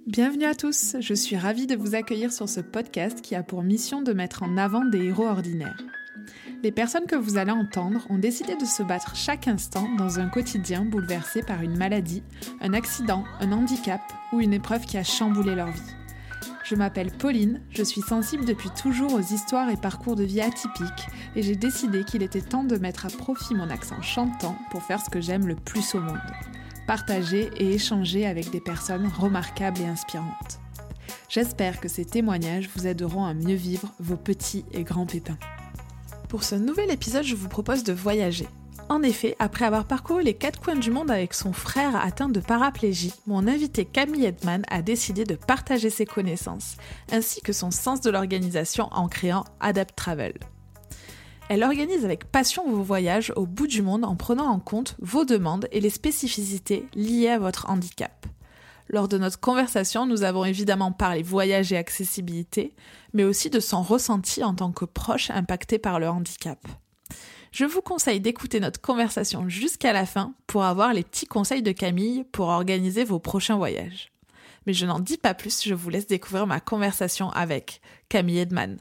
Bienvenue à tous, je suis ravie de vous accueillir sur ce podcast qui a pour mission de mettre en avant des héros ordinaires. Les personnes que vous allez entendre ont décidé de se battre chaque instant dans un quotidien bouleversé par une maladie, un accident, un handicap ou une épreuve qui a chamboulé leur vie. Je m'appelle Pauline, je suis sensible depuis toujours aux histoires et parcours de vie atypiques et j'ai décidé qu'il était temps de mettre à profit mon accent chantant pour faire ce que j'aime le plus au monde. Partager et échanger avec des personnes remarquables et inspirantes. J'espère que ces témoignages vous aideront à mieux vivre vos petits et grands pépins. Pour ce nouvel épisode, je vous propose de voyager. En effet, après avoir parcouru les 4 coins du monde avec son frère atteint de paraplégie, mon invité Camille Edman a décidé de partager ses connaissances, ainsi que son sens de l'organisation en créant Adapt Travel. Elle organise avec passion vos voyages au bout du monde en prenant en compte vos demandes et les spécificités liées à votre handicap. Lors de notre conversation, nous avons évidemment parlé voyage et accessibilité, mais aussi de son ressenti en tant que proche impacté par le handicap. Je vous conseille d'écouter notre conversation jusqu'à la fin pour avoir les petits conseils de Camille pour organiser vos prochains voyages. Mais je n'en dis pas plus, je vous laisse découvrir ma conversation avec Camille Edman.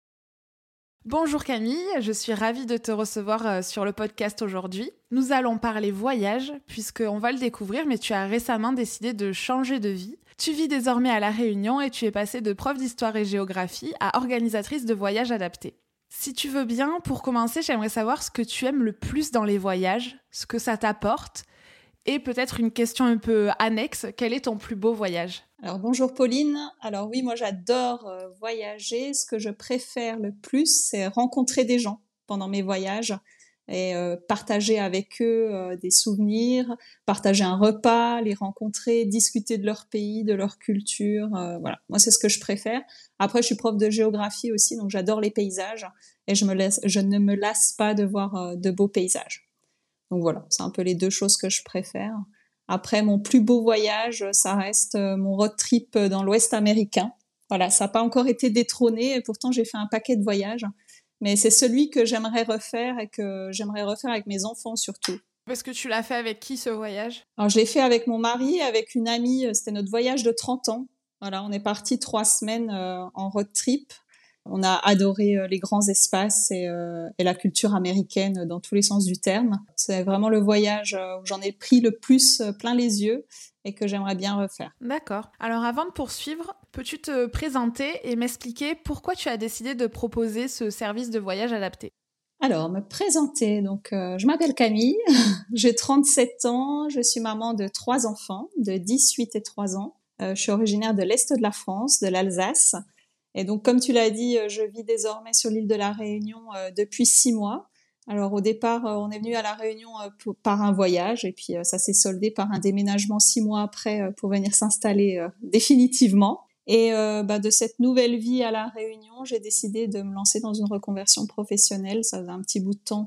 Bonjour Camille, je suis ravie de te recevoir sur le podcast aujourd'hui. Nous allons parler voyage, puisqu'on va le découvrir, mais tu as récemment décidé de changer de vie. Tu vis désormais à La Réunion et tu es passée de prof d'histoire et géographie à organisatrice de voyages adaptés. Si tu veux bien, pour commencer, j'aimerais savoir ce que tu aimes le plus dans les voyages, ce que ça t'apporte, et peut-être une question un peu annexe, quel est ton plus beau voyage ? Alors bonjour Pauline, alors oui moi j'adore voyager, ce que je préfère le plus c'est rencontrer des gens pendant mes voyages et partager avec eux des souvenirs, partager un repas, les rencontrer, discuter de leur pays, de leur culture, voilà, moi c'est ce que je préfère. Après je suis prof de géographie aussi donc j'adore les paysages et je ne me lasse pas de voir de beaux paysages. Donc voilà, c'est un peu les deux choses que je préfère. Après, mon plus beau voyage, ça reste mon road trip dans l'Ouest américain. Voilà, ça n'a pas encore été détrôné et pourtant j'ai fait un paquet de voyages. Mais c'est celui que j'aimerais refaire et que j'aimerais refaire avec mes enfants surtout. Parce que tu l'as fait avec qui ce voyage ? Alors je l'ai fait avec mon mari, avec une amie, c'était notre voyage de 30 ans. Voilà, on est parti 3 semaines en road trip. On a adoré les grands espaces et la culture américaine dans tous les sens du terme. C'est vraiment le voyage où j'en ai pris le plus plein les yeux et que j'aimerais bien refaire. D'accord. Alors avant de poursuivre, peux-tu te présenter et m'expliquer pourquoi tu as décidé de proposer ce service de voyage adapté ? Alors, me présenter. Donc, je m'appelle Camille, j'ai 37 ans, je suis maman de 3 enfants, de 18 et 3 ans. Je suis originaire de l'Est de la France, de l'Alsace. Et donc, comme tu l'as dit, je vis désormais sur l'île de la Réunion depuis 6 mois. Alors, au départ, on est venu à la Réunion par un voyage et puis ça s'est soldé par un déménagement 6 mois après pour venir s'installer définitivement. Et de cette nouvelle vie à la Réunion, j'ai décidé de me lancer dans une reconversion professionnelle. Ça faisait un petit bout de temps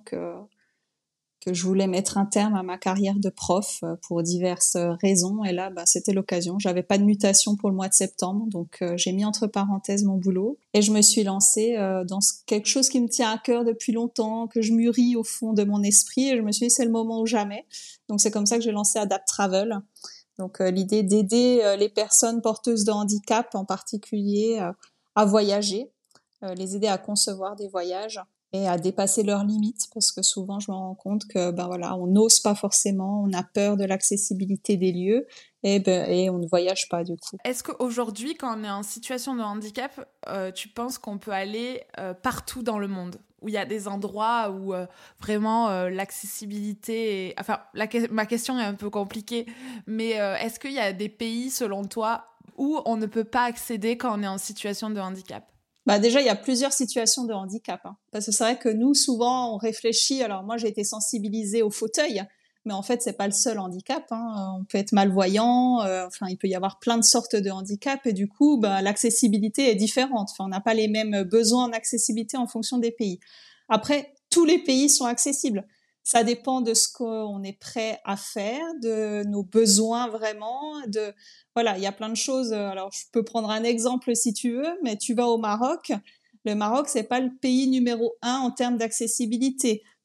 que je voulais mettre un terme à ma carrière de prof pour diverses raisons. Et là, c'était l'occasion. J'avais pas de mutation pour le mois de septembre, donc j'ai mis entre parenthèses mon boulot et je me suis lancée dans quelque chose qui me tient à cœur depuis longtemps, que je mûris au fond de mon esprit. Et je me suis dit, c'est le moment ou jamais. Donc c'est comme ça que j'ai lancé Adapt Travel. Donc l'idée d'aider les personnes porteuses de handicap en particulier à voyager, les aider à concevoir des voyages et à dépasser leurs limites parce que souvent je me rends compte que on n'ose pas forcément, on a peur de l'accessibilité des lieux et on ne voyage pas du coup. Est-ce qu'aujourd'hui, quand on est en situation de handicap, tu penses qu'on peut aller partout dans le monde ? Où il y a des endroits où vraiment l'accessibilité est... Enfin, ma question est un peu compliquée, mais est-ce qu'il y a des pays, selon toi, où on ne peut pas accéder quand on est en situation de handicap ? Déjà, il y a plusieurs situations de handicap. Parce que c'est vrai que nous, souvent, on réfléchit... Alors moi, j'ai été sensibilisée au fauteuil, mais en fait, c'est pas le seul handicap. On peut être malvoyant, il peut y avoir plein de sortes de handicaps et du coup, l'accessibilité est différente. On n'a pas les mêmes besoins en accessibilité en fonction des pays. Après, tous les pays sont accessibles. Ça dépend de ce qu'on est prêt à faire, de nos besoins vraiment, voilà, il y a plein de choses. Alors, je peux prendre un exemple si tu veux, mais tu vas au Maroc. Le Maroc, c'est pas le pays numéro 1 en termes d'accessibilité.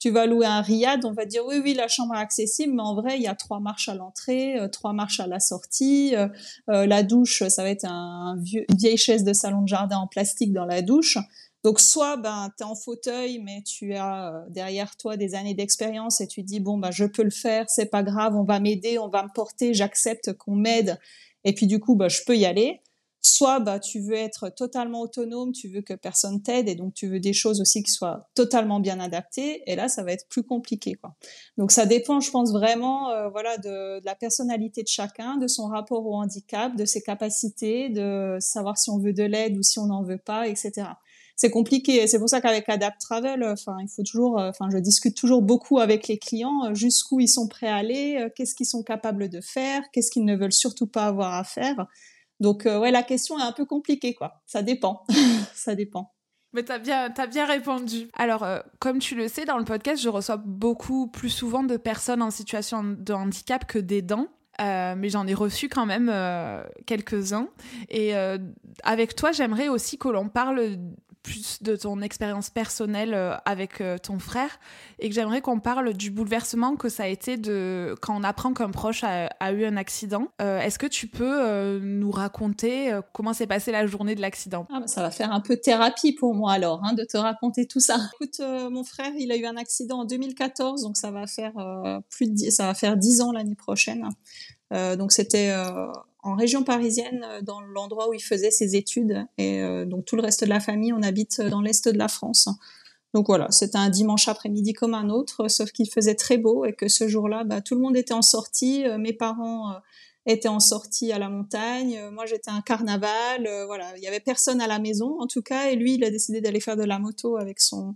Tu vas louer un riad, on va dire oui, la chambre est accessible, mais en vrai, il y a 3 marches à l'entrée, 3 marches à la sortie. La douche, ça va être une vieille chaise de salon de jardin en plastique dans la douche. Donc soit t'es en fauteuil, mais tu as derrière toi des années d'expérience et tu dis bon je peux le faire, c'est pas grave, on va m'aider, on va me porter, j'accepte qu'on m'aide et puis du coup je peux y aller. Soit tu veux être totalement autonome, tu veux que personne t'aide et donc tu veux des choses aussi qui soient totalement bien adaptées et là ça va être plus compliqué quoi. Donc ça dépend, je pense vraiment de la personnalité de chacun, de son rapport au handicap, de ses capacités, de savoir si on veut de l'aide ou si on n'en veut pas, etc. C'est compliqué. C'est pour ça qu'avec Adapt Travel, il faut toujours, je discute toujours beaucoup avec les clients, jusqu'où ils sont prêts à aller, qu'est-ce qu'ils sont capables de faire, qu'est-ce qu'ils ne veulent surtout pas avoir à faire. Donc, la question est un peu compliquée, quoi. Ça dépend. Ça dépend. Mais t'as bien répondu. Alors, comme tu le sais, dans le podcast, je reçois beaucoup plus souvent de personnes en situation de handicap que d'aidants. Mais j'en ai reçu quand même quelques-uns. Et avec toi, j'aimerais aussi que l'on parle plus de ton expérience personnelle avec ton frère et que j'aimerais qu'on parle du bouleversement que ça a été quand on apprend qu'un proche a eu un accident. Est-ce que tu peux nous raconter comment s'est passée la journée de l'accident ? Ça va faire un peu de thérapie pour moi alors, de te raconter tout ça. Écoute, mon frère, il a eu un accident en 2014, donc ça va faire ça va faire 10 ans l'année prochaine. Donc c'était en région parisienne, dans l'endroit où il faisait ses études. Et donc tout le reste de la famille, on habite dans l'est de la France. Donc voilà, c'était un dimanche après-midi comme un autre, sauf qu'il faisait très beau et que ce jour-là, tout le monde était en sortie. Mes parents étaient en sortie à la montagne. Moi, j'étais à un carnaval. Voilà, il y avait personne à la maison en tout cas. Et lui, il a décidé d'aller faire de la moto avec son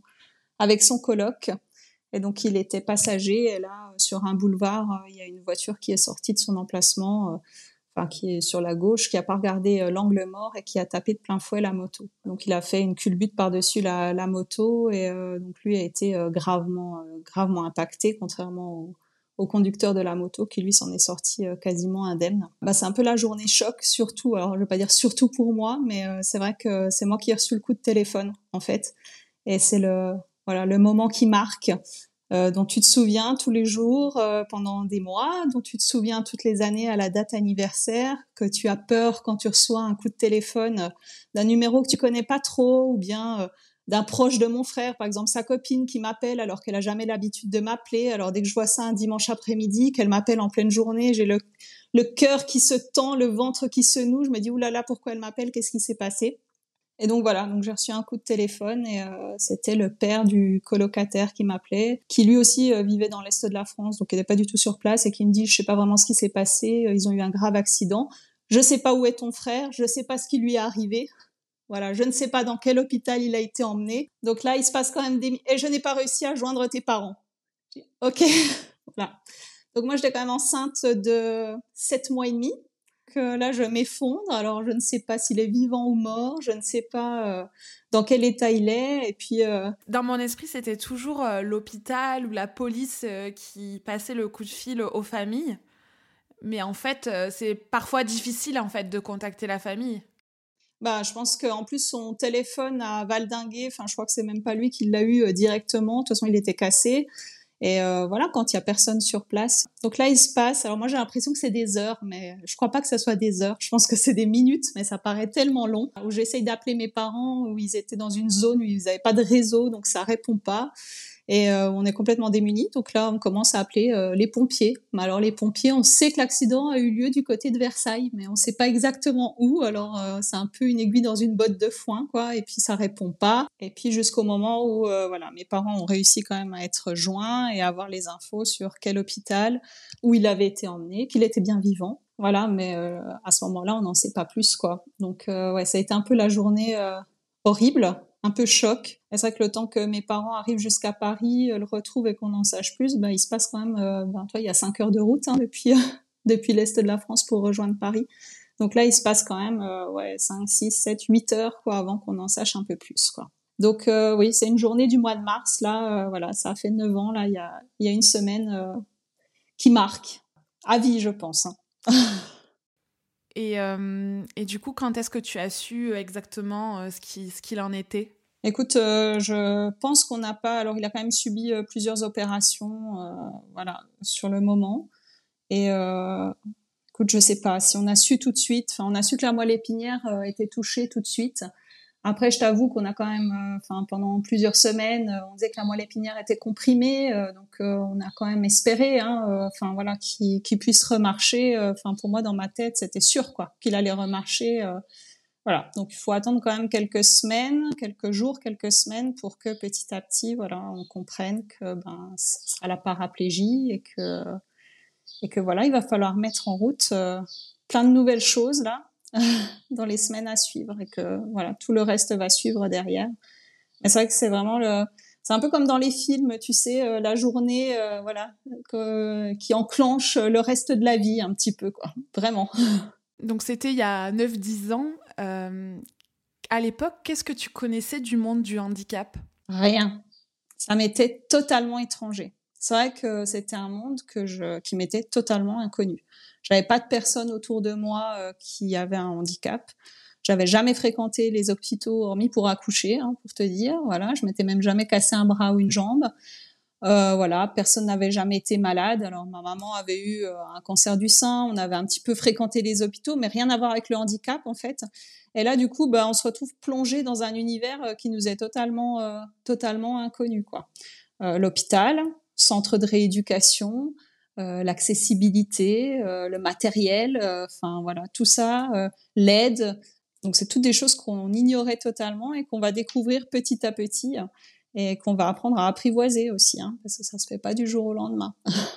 coloc. Et donc, il était passager. Et là, sur un boulevard, il y a une voiture qui est sortie de son emplacement, qui est sur la gauche, qui a pas regardé l'angle mort et qui a tapé de plein fouet la moto. Donc, il a fait une culbute par-dessus la moto et donc lui a été gravement impacté, contrairement au conducteur de la moto qui lui s'en est sorti quasiment indemne. C'est un peu la journée choc, surtout. Alors, je vais pas dire surtout pour moi, mais c'est vrai que c'est moi qui ai reçu le coup de téléphone, en fait. Et c'est le moment qui marque, dont tu te souviens tous les jours pendant des mois, dont tu te souviens toutes les années à la date anniversaire, que tu as peur quand tu reçois un coup de téléphone d'un numéro que tu connais pas trop, ou bien d'un proche de mon frère, par exemple sa copine qui m'appelle alors qu'elle a jamais l'habitude de m'appeler. Alors dès que je vois ça un dimanche après-midi, qu'elle m'appelle en pleine journée, j'ai le cœur qui se tend, le ventre qui se noue. Je me dis oulala, pourquoi elle m'appelle, qu'est-ce qui s'est passé? Et donc voilà, donc j'ai reçu un coup de téléphone et c'était le père du colocataire qui m'appelait, qui lui aussi vivait dans l'est de la France, donc il n'était pas du tout sur place et qui me dit je sais pas vraiment ce qui s'est passé, ils ont eu un grave accident, je sais pas où est ton frère, je sais pas ce qui lui est arrivé, voilà, je ne sais pas dans quel hôpital il a été emmené, donc là il se passe quand même et je n'ai pas réussi à joindre tes parents. J'ai dit, ok, voilà. Donc moi j'étais quand même enceinte de 7 mois et demi. Là, je m'effondre. Alors, je ne sais pas s'il est vivant ou mort. Je ne sais pas dans quel état il est. Et puis, dans mon esprit, c'était toujours l'hôpital ou la police qui passait le coup de fil aux familles. Mais en fait, c'est parfois difficile en fait de contacter la famille. Je pense qu'en plus son téléphone a valdingué. Enfin, je crois que c'est même pas lui qui l'a eu directement. De toute façon, il était cassé. Et voilà, quand il y a personne sur place. Donc là, il se passe. Alors moi, j'ai l'impression que c'est des heures, mais je crois pas que ça soit des heures. Je pense que c'est des minutes, mais ça paraît tellement long. Où j'essaye d'appeler mes parents, où ils étaient dans une zone où ils n'avaient pas de réseau, donc ça répond pas. Et on est complètement démunis. Donc là, on commence à appeler les pompiers. Mais alors les pompiers, on sait que l'accident a eu lieu du côté de Versailles, mais on sait pas exactement où. Alors c'est un peu une aiguille dans une botte de foin, quoi. Et puis ça répond pas. Et puis jusqu'au moment où voilà, mes parents ont réussi quand même à être joints et à avoir les infos sur quel hôpital, où il avait été emmené, qu'il était bien vivant. Voilà, mais à ce moment-là, on n'en sait pas plus, quoi. Donc ouais, ça a été un peu la journée horrible, un peu choc. Et c'est vrai que le temps que mes parents arrivent jusqu'à Paris, le retrouvent et qu'on en sache plus, il se passe quand même, il y a 5 heures de route depuis l'est de la France pour rejoindre Paris. Donc là, il se passe quand même 5, 6, 7, 8 heures quoi, avant qu'on en sache un peu plus, quoi. Donc oui, c'est une journée du mois de mars, là, voilà, ça a fait 9 ans, là, il y a une semaine qui marque, à vie, je pense. Et du coup, quand est-ce que tu as su exactement ce qu'il en était ? Écoute, je pense qu'on n'a pas. Alors, il a quand même subi plusieurs opérations, voilà, sur le moment. Et écoute, je sais pas si on a su tout de suite. Enfin, on a su que la moelle épinière était touchée tout de suite. Après, je t'avoue qu'on a quand même, enfin, pendant plusieurs semaines, on disait que la moelle épinière était comprimée, donc on a quand même espéré, hein, enfin voilà, qu'il puisse remarcher. Enfin, pour moi, dans ma tête, c'était sûr, quoi, qu'il allait remarcher. Voilà, donc il faut attendre quand même quelques semaines, quelques jours, quelques semaines pour que petit à petit, voilà, on comprenne que ben, ce sera la paraplégie et que voilà, il va falloir mettre en route plein de nouvelles choses là dans les semaines à suivre et que voilà, tout le reste va suivre derrière. Mais c'est vrai que c'est un peu comme dans les films, tu sais, la journée, voilà, qui enclenche le reste de la vie un petit peu, quoi, vraiment. Donc c'était il y a 9-10 ans. À l'époque, qu'est-ce que tu connaissais du monde du handicap ? Rien. Ça m'était totalement étranger. C'est vrai que c'était un monde qui m'était totalement inconnu. J'avais pas de personne autour de moi qui avait un handicap. J'avais jamais fréquenté les hôpitaux hormis pour accoucher, hein, pour te dire. Voilà, je m'étais même jamais cassé un bras ou une jambe. Voilà, personne n'avait jamais été malade. Alors ma maman avait eu un cancer du sein. On avait un petit peu fréquenté les hôpitaux, mais rien à voir avec le handicap en fait. Et là, du coup, bah, on se retrouve plongé dans un univers qui nous est totalement inconnu, quoi. L'hôpital, centre de rééducation, l'accessibilité, le matériel, enfin voilà, tout ça, l'aide. Donc c'est toutes des choses qu'on ignorait totalement et qu'on va découvrir petit à petit et qu'on va apprendre à apprivoiser aussi, hein, parce que ça se fait pas du jour au lendemain.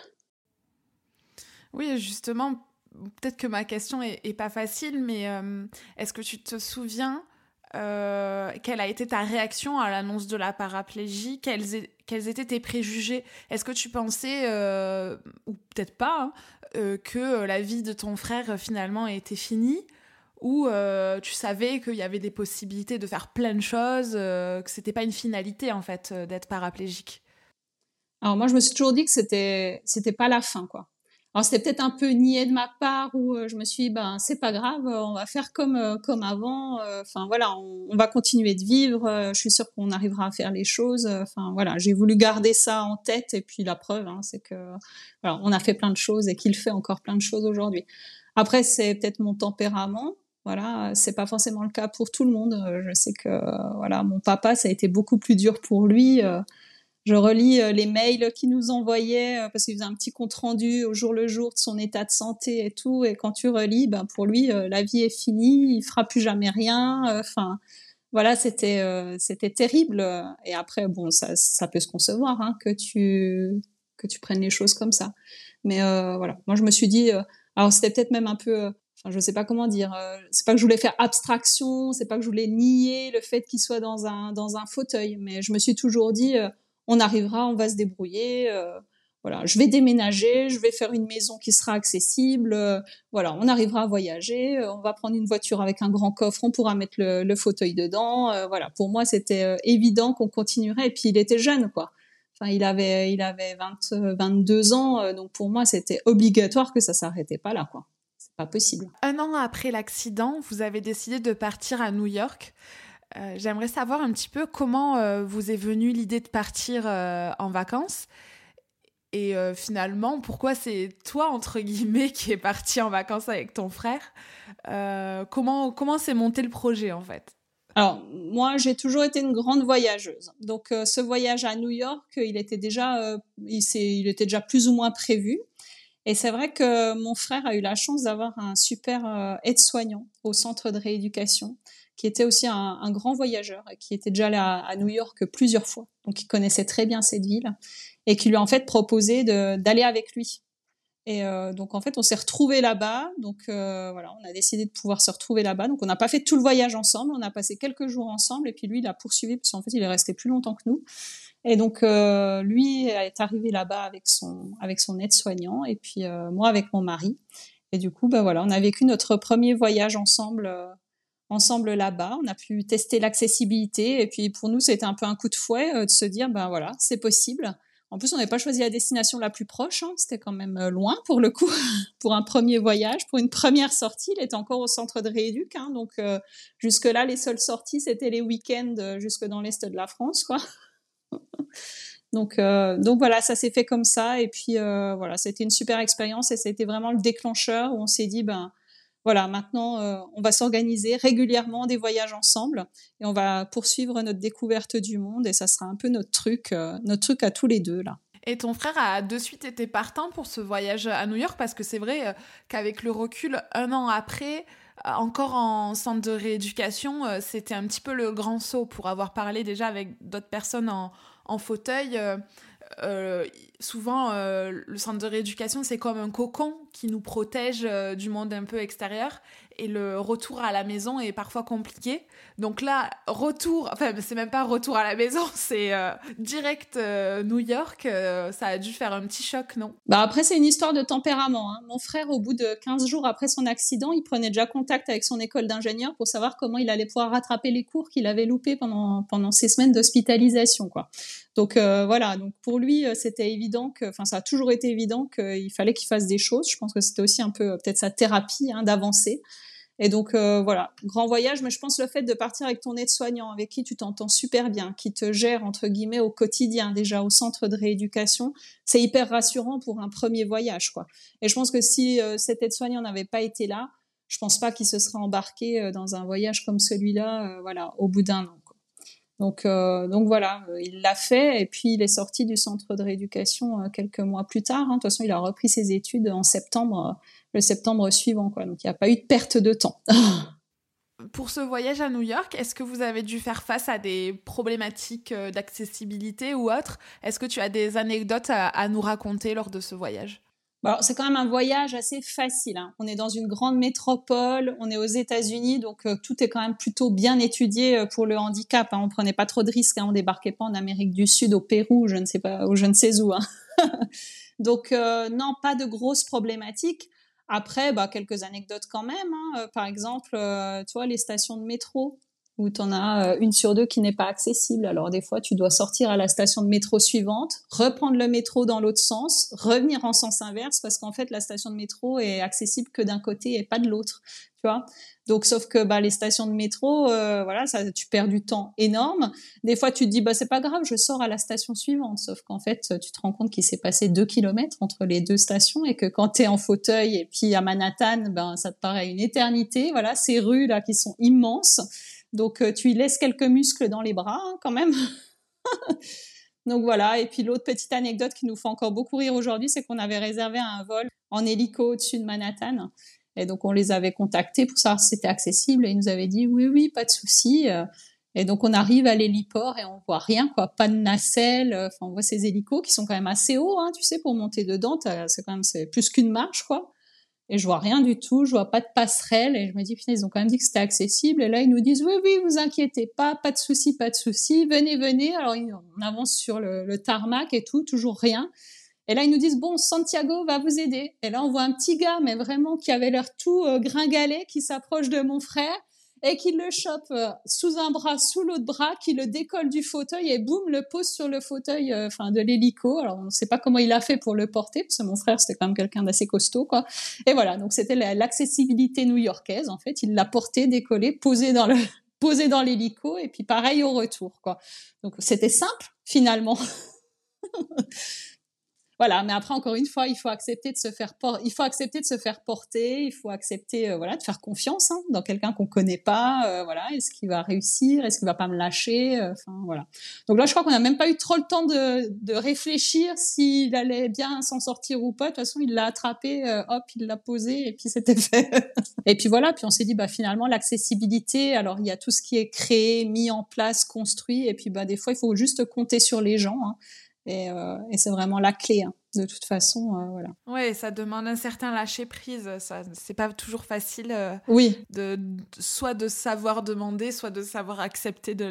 Oui, justement, peut-être que ma question est pas facile, mais est-ce que tu te souviens quelle a été ta réaction à l'annonce de la paraplégie ? Quels étaient tes préjugés ? Est-ce que tu pensais, ou peut-être pas, hein, que la vie de ton frère finalement était finie ? Ou tu savais qu'il y avait des possibilités de faire plein de choses, que c'était pas une finalité en fait d'être paraplégique ? Alors moi, je me suis toujours dit que c'était pas la fin, quoi. Alors c'était peut-être un peu niais de ma part où je me suis dit, ben c'est pas grave, on va faire comme avant. Enfin voilà, on va continuer de vivre. Je suis sûre qu'on arrivera à faire les choses. Enfin voilà, j'ai voulu garder ça en tête et puis la preuve, hein, c'est que voilà, on a fait plein de choses et qu'il fait encore plein de choses aujourd'hui. Après, c'est peut-être mon tempérament. Voilà, c'est pas forcément le cas pour tout le monde. Je sais que voilà, mon papa, ça a été beaucoup plus dur pour lui. Je relis les mails qu'il nous envoyait parce qu'il faisait un petit compte rendu au jour le jour de son état de santé et tout. Et quand tu relis, ben pour lui, la vie est finie, il fera plus jamais rien. Enfin, voilà, c'était terrible. Et après, bon, ça peut se concevoir hein, que tu prennes les choses comme ça. Mais voilà, moi je me suis dit, alors c'était peut-être même un peu, enfin je sais pas comment dire, c'est pas que je voulais faire abstraction, c'est pas que je voulais nier le fait qu'il soit dans un fauteuil, mais je me suis toujours dit on arrivera, on va se débrouiller. Voilà, je vais déménager, je vais faire une maison qui sera accessible. Voilà, on arrivera à voyager. On va prendre une voiture avec un grand coffre, on pourra mettre le fauteuil dedans. Voilà, pour moi c'était évident qu'on continuerait. Et puis il était jeune, quoi. Enfin, il avait 22 ans, donc pour moi c'était obligatoire que ça s'arrêtait pas là, quoi. C'est pas possible. 1 an après l'accident, vous avez décidé de partir à New York. J'aimerais savoir un petit peu comment vous est venue l'idée de partir en vacances et finalement pourquoi c'est toi entre guillemets qui est parti en vacances avec ton frère. Comment s'est monté le projet en fait ? Alors moi j'ai toujours été une grande voyageuse, donc ce voyage à New York il était déjà plus ou moins prévu. Et c'est vrai que mon frère a eu la chance d'avoir un super aide-soignant au centre de rééducation, qui était aussi un grand voyageur, et qui était déjà allé à New York plusieurs fois, donc il connaissait très bien cette ville, et qui lui a en fait proposé d'aller avec lui. Et donc en fait, on s'est retrouvés là-bas. Donc voilà, on a décidé de pouvoir se retrouver là-bas. Donc on n'a pas fait tout le voyage ensemble, on a passé quelques jours ensemble. Et puis lui, il a poursuivi parce qu'en fait, il est resté plus longtemps que nous. Et donc lui est arrivé là-bas avec son aide-soignant et puis moi avec mon mari. Et du coup, bah voilà, on a vécu notre premier voyage ensemble là-bas. On a pu tester l'accessibilité et puis pour nous, c'était un peu un coup de fouet de se dire, ben voilà, c'est possible. En plus, on n'avait pas choisi la destination la plus proche, hein. C'était quand même loin pour le coup, pour un premier voyage, pour une première sortie. Il était encore au centre de rééduc, hein. Donc jusque-là, les seules sorties, c'était les week-ends jusque dans l'est de la France, quoi. Donc voilà, ça s'est fait comme ça. Et puis voilà, c'était une super expérience et ça a été vraiment le déclencheur où on s'est dit, ben voilà, maintenant on va s'organiser régulièrement des voyages ensemble et on va poursuivre notre découverte du monde et ça sera un peu notre truc à tous les deux là. Et ton frère a de suite été partant pour ce voyage à New York parce que c'est vrai qu'avec le recul, 1 an après, encore en centre de rééducation, c'était un petit peu le grand saut pour avoir parlé déjà avec d'autres personnes en fauteuil. Souvent, le centre de rééducation, c'est comme un cocon qui nous protège du monde un peu extérieur et le retour à la maison est parfois compliqué. Donc là, c'est même pas retour à la maison, c'est direct New York. Ça a dû faire un petit choc, non? Bah après, c'est une histoire de tempérament, hein. Mon frère, au bout de 15 jours après son accident, il prenait déjà contact avec son école d'ingénieur pour savoir comment il allait pouvoir rattraper les cours qu'il avait loupés pendant ces semaines d'hospitalisation, quoi. Donc voilà, donc pour lui, c'était évident ça a toujours été évident qu'il fallait qu'il fasse des choses. Je pense que c'était aussi un peu peut-être sa thérapie, hein, d'avancer. Et donc voilà, grand voyage, mais je pense le fait de partir avec ton aide-soignant, avec qui tu t'entends super bien, qui te gère entre guillemets au quotidien, déjà au centre de rééducation, c'est hyper rassurant pour un premier voyage, quoi. Et je pense que si cet aide-soignant n'avait pas été là, je pense pas qu'il se serait embarqué dans un voyage comme celui-là, voilà, au bout d'1 an, quoi. Donc voilà, il l'a fait et puis il est sorti du centre de rééducation quelques mois plus tard, hein. De toute façon, il a repris ses études en septembre, le septembre suivant, quoi. Donc il n'y a pas eu de perte de temps. Pour ce voyage à New York, est-ce que vous avez dû faire face à des problématiques d'accessibilité ou autres? Est-ce que tu as des anecdotes à nous raconter lors de ce voyage? Alors, c'est quand même un voyage assez facile, hein. On est dans une grande métropole, on est aux États-Unis, donc tout est quand même plutôt bien étudié pour le handicap, hein. On prenait pas trop de risques, hein. On débarquait pas en Amérique du Sud, au Pérou, je ne sais pas, ou je ne sais où, hein. Donc non, pas de grosses problématiques. Après, quelques anecdotes quand même, hein. Par exemple, tu vois, les stations de métro, où tu en as une sur deux qui n'est pas accessible. Alors des fois, tu dois sortir à la station de métro suivante, reprendre le métro dans l'autre sens, revenir en sens inverse, parce qu'en fait, la station de métro est accessible que d'un côté et pas de l'autre, tu vois. Donc, sauf que les stations de métro, voilà, ça, tu perds du temps énorme. Des fois, tu te dis, c'est pas grave, je sors à la station suivante. Sauf qu'en fait, tu te rends compte qu'il s'est passé 2 kilomètres entre les deux stations et que quand t'es en fauteuil et puis à Manhattan, ça te paraît une éternité. Voilà, ces rues là qui sont immenses. Donc, tu y laisses quelques muscles dans les bras, hein, quand même. Donc voilà. Et puis l'autre petite anecdote qui nous fait encore beaucoup rire aujourd'hui, c'est qu'on avait réservé un vol en hélico au-dessus de Manhattan. Et donc, on les avait contactés pour savoir si c'était accessible. Et ils nous avaient dit oui, pas de souci. Et donc, on arrive à l'héliport et on voit rien, quoi. Pas de nacelle. Enfin, on voit ces hélicos qui sont quand même assez hauts, hein, tu sais, pour monter dedans. C'est plus qu'une marche, quoi. Et je vois rien du tout, je vois pas de passerelle, et je me dis, putain, ils ont quand même dit que c'était accessible, et là, ils nous disent, oui, vous inquiétez pas de souci, venez. Alors, on avance sur le tarmac et tout, toujours rien. Et là, ils nous disent, bon, Santiago va vous aider. Et là, on voit un petit gars, mais vraiment, qui avait l'air tout gringalet, qui s'approche de mon frère, et qui le chope sous un bras, sous l'autre bras, qui le décolle du fauteuil, et boum, le pose sur le fauteuil de l'hélico. Alors, on ne sait pas comment il a fait pour le porter, parce que mon frère, c'était quand même quelqu'un d'assez costaud, quoi. Et voilà, donc c'était l'accessibilité new-yorkaise, en fait. Il l'a porté, décollé, posé dans l'hélico, et puis pareil au retour, quoi. Donc, c'était simple, finalement. Voilà, mais après encore une fois, il faut accepter de se faire porter, il faut accepter de faire confiance, hein, dans quelqu'un qu'on connaît pas, voilà, est-ce qu'il va réussir, est-ce qu'il va pas me lâcher, enfin voilà. Donc là, je crois qu'on n'a même pas eu trop le temps de réfléchir s'il allait bien s'en sortir ou pas. De toute façon, il l'a attrapé, hop, il l'a posé et puis c'était fait. Et puis voilà, puis on s'est dit finalement l'accessibilité, alors il y a tout ce qui est créé, mis en place, construit, et puis des fois il faut juste compter sur les gens, hein. Et c'est vraiment la clé, hein. De toute façon, voilà. Ouais, ça demande un certain lâcher prise. Ça, c'est pas toujours facile. Oui. Soit de savoir demander, soit de savoir accepter de l'aide.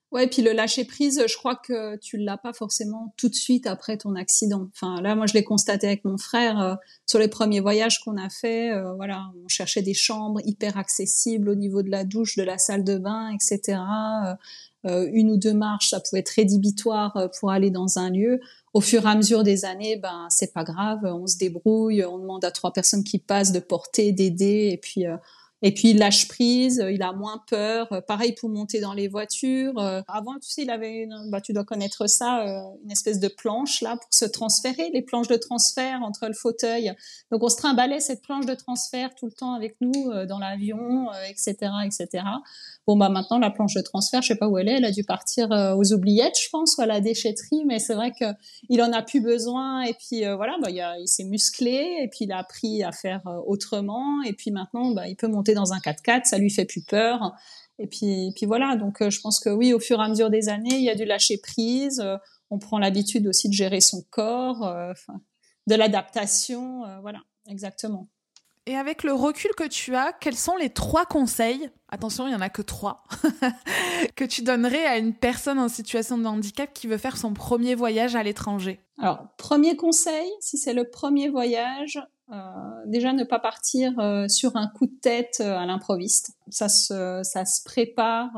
Ouais, puis le lâcher prise, je crois que tu l'as pas forcément tout de suite après ton accident. Enfin, là, moi, je l'ai constaté avec mon frère sur les premiers voyages qu'on a fait. Voilà, on cherchait des chambres hyper accessibles au niveau de la douche, de la salle de bain, etc. Une ou deux marches, ça pouvait être rédhibitoire pour aller dans un lieu. Au fur et à mesure des années, ben c'est pas grave, on se débrouille, on demande à 3 personnes qui passent de porter, d'aider, et puis il lâche prise, il a moins peur. Pareil pour monter dans les voitures. Avant, tu sais, il avait tu dois connaître ça, une espèce de planche là pour se transférer, les planches de transfert entre le fauteuil. Donc on se trimballait cette planche de transfert tout le temps avec nous dans l'avion, etc., etc. Bon bah maintenant la planche de transfert, je sais pas où elle a dû partir aux oubliettes, je pense, ou à la déchetterie. Mais c'est vrai que il en a plus besoin. Et puis voilà, il s'est musclé et puis il a appris à faire autrement. Et puis maintenant, il peut monter dans un 4x4, ça lui fait plus peur. Et puis voilà. Donc je pense que oui, au fur et à mesure des années, il y a du lâcher prise. On prend l'habitude aussi de gérer son corps, de l'adaptation. Voilà, exactement. Et avec le recul que tu as, quels sont les 3 conseils, attention, il n'y en a que 3, que tu donnerais à une personne en situation de handicap qui veut faire son premier voyage à l'étranger? Alors, premier conseil, si c'est le premier voyage, déjà ne pas partir sur un coup de tête à l'improviste. Ça se prépare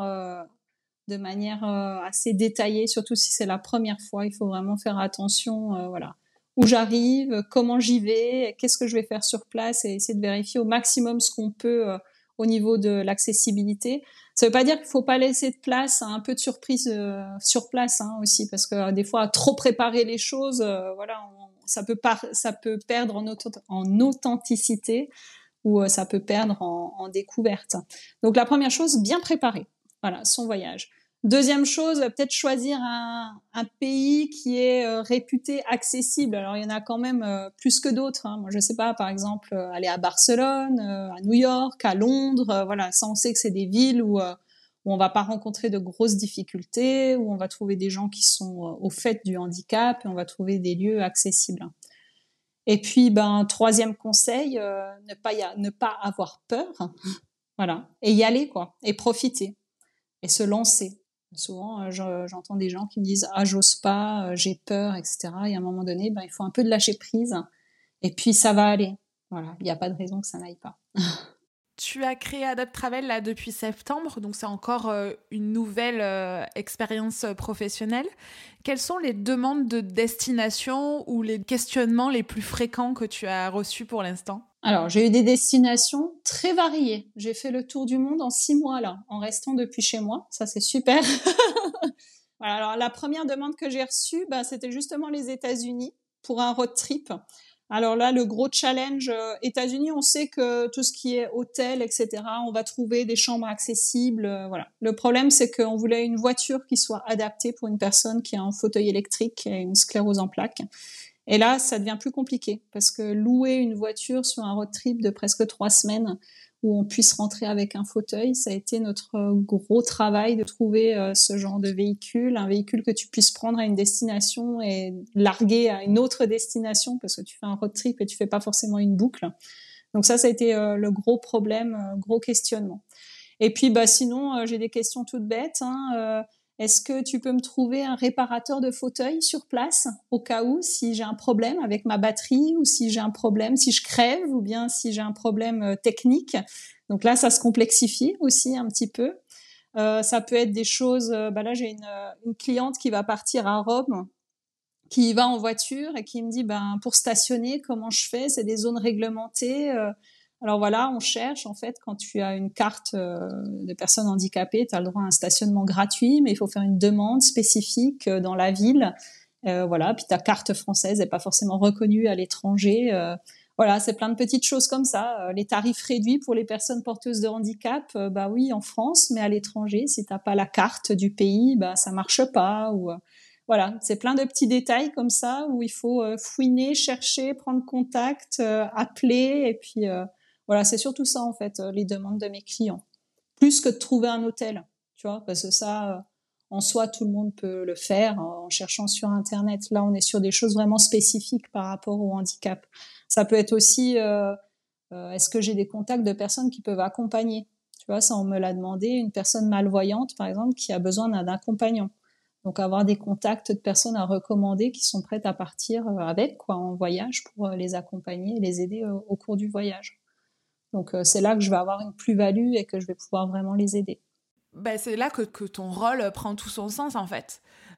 de manière assez détaillée, surtout si c'est la première fois. Il faut vraiment faire attention, voilà, où j'arrive, comment j'y vais, qu'est-ce que je vais faire sur place, et essayer de vérifier au maximum ce qu'on peut au niveau de l'accessibilité. Ça veut pas dire qu'il faut pas laisser de place à un peu de surprise sur place aussi, parce que des fois, à trop préparer les choses, voilà, ça peut perdre en authenticité, ou ça peut perdre en découverte. Donc la première chose, bien préparer, voilà, son voyage. Deuxième chose, peut-être choisir un pays qui est réputé accessible. Alors il y en a quand même plus que d'autres. Moi je sais pas, par exemple aller à Barcelone, à New York, à Londres. Voilà, ça on sait que c'est des villes où on va pas rencontrer de grosses difficultés, où on va trouver des gens qui sont au fait du handicap, et on va trouver des lieux accessibles. Et puis, troisième conseil, ne pas avoir peur, voilà, et y aller quoi, et profiter, et se lancer. Souvent, j'entends des gens qui me disent ah j'ose pas, j'ai peur, etc. Et à un moment donné, il faut un peu de lâcher prise, et puis ça va aller. Voilà, il n'y a pas de raison que ça n'aille pas. Tu as créé Adapt Travel là depuis septembre, donc c'est encore une nouvelle expérience professionnelle. Quelles sont les demandes de destination ou les questionnements les plus fréquents que tu as reçus pour l'instant? Alors, j'ai eu des destinations très variées. J'ai fait le tour du monde en 6 mois là, en restant depuis chez moi. Ça, c'est super. Voilà, alors la première demande que j'ai reçue, c'était justement les États-Unis pour un road trip. Alors là, le gros challenge, États-Unis, on sait que tout ce qui est hôtel, etc., on va trouver des chambres accessibles. Voilà. Le problème, c'est qu'on voulait une voiture qui soit adaptée pour une personne qui a un fauteuil électrique et une sclérose en plaques. Et là, ça devient plus compliqué parce que louer une voiture sur un road trip de presque 3 semaines où on puisse rentrer avec un fauteuil, ça a été notre gros travail de trouver ce genre de véhicule, un véhicule que tu puisses prendre à une destination et larguer à une autre destination, parce que tu fais un road trip et tu fais pas forcément une boucle. Donc ça a été le gros problème, gros questionnement. Et puis sinon, j'ai des questions toutes bêtes. Est-ce que tu peux me trouver un réparateur de fauteuil sur place au cas où, si j'ai un problème avec ma batterie, ou si j'ai un problème, si je crève, ou bien si j'ai un problème technique. Donc là, ça se complexifie aussi un petit peu. Ça peut être des choses. Là, j'ai une cliente qui va partir à Rome, qui y va en voiture et qui me dit pour stationner, comment je fais? C'est des zones réglementées. Alors voilà, on cherche en fait, quand tu as une carte de personne handicapée, tu as le droit à un stationnement gratuit, mais il faut faire une demande spécifique dans la ville. Voilà, puis ta carte française n'est pas forcément reconnue à l'étranger. Voilà, c'est plein de petites choses comme ça. Les tarifs réduits pour les personnes porteuses de handicap, oui, en France, mais à l'étranger, si t'as pas la carte du pays, ça marche pas. Ou voilà, c'est plein de petits détails comme ça où il faut fouiner, chercher, prendre contact, appeler, et puis voilà, c'est surtout ça en fait, les demandes de mes clients. Plus que de trouver un hôtel, tu vois, parce que ça, en soi, tout le monde peut le faire en cherchant sur Internet. Là, on est sur des choses vraiment spécifiques par rapport au handicap. Ça peut être aussi, est-ce que j'ai des contacts de personnes qui peuvent accompagner? Tu vois, ça, on me l'a demandé, une personne malvoyante, par exemple, qui a besoin d'un compagnon. Donc, avoir des contacts de personnes à recommander qui sont prêtes à partir avec, quoi, en voyage pour les accompagner et les aider au cours du voyage. Donc, c'est là que je vais avoir une plus-value et que je vais pouvoir vraiment les aider. Ben, c'est là que ton rôle prend tout son sens, en fait.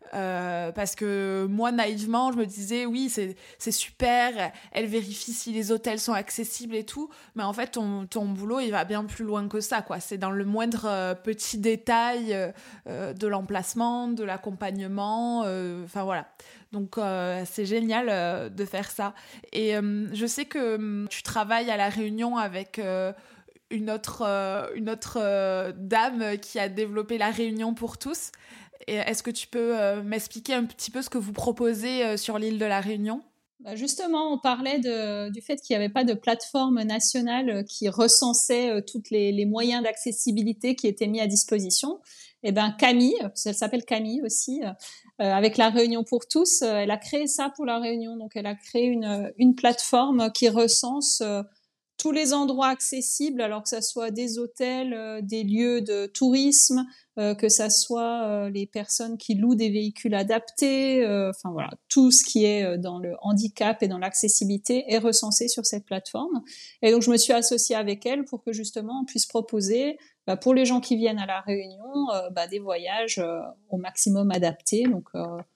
Parce que moi, naïvement, je me disais, oui, c'est super, elle vérifie si les hôtels sont accessibles et tout, mais en fait, ton boulot, il va bien plus loin que ça, quoi. C'est dans le moindre petit détail de l'emplacement, de l'accompagnement, enfin voilà. Donc, c'est génial de faire ça. Et je sais que tu travailles à La Réunion avec une autre dame qui a développé La Réunion pour tous. Et est-ce que tu peux m'expliquer un petit peu ce que vous proposez sur l'île de La Réunion ? Bah justement, on parlait du fait qu'il n'y avait pas de plateforme nationale qui recensait tous les moyens d'accessibilité qui étaient mis à disposition. Et ben Camille, elle s'appelle Camille aussi, avec La Réunion pour tous, elle a créé ça pour La Réunion. Donc elle a créé une plateforme qui recense tous les endroits accessibles, alors que ça soit des hôtels, des lieux de tourisme, que ça soit les personnes qui louent des véhicules adaptés, enfin voilà, tout ce qui est dans le handicap et dans l'accessibilité est recensé sur cette plateforme. Et donc je me suis associée avec elle pour que justement on puisse proposer pour les gens qui viennent à La Réunion des voyages au maximum adaptés. Donc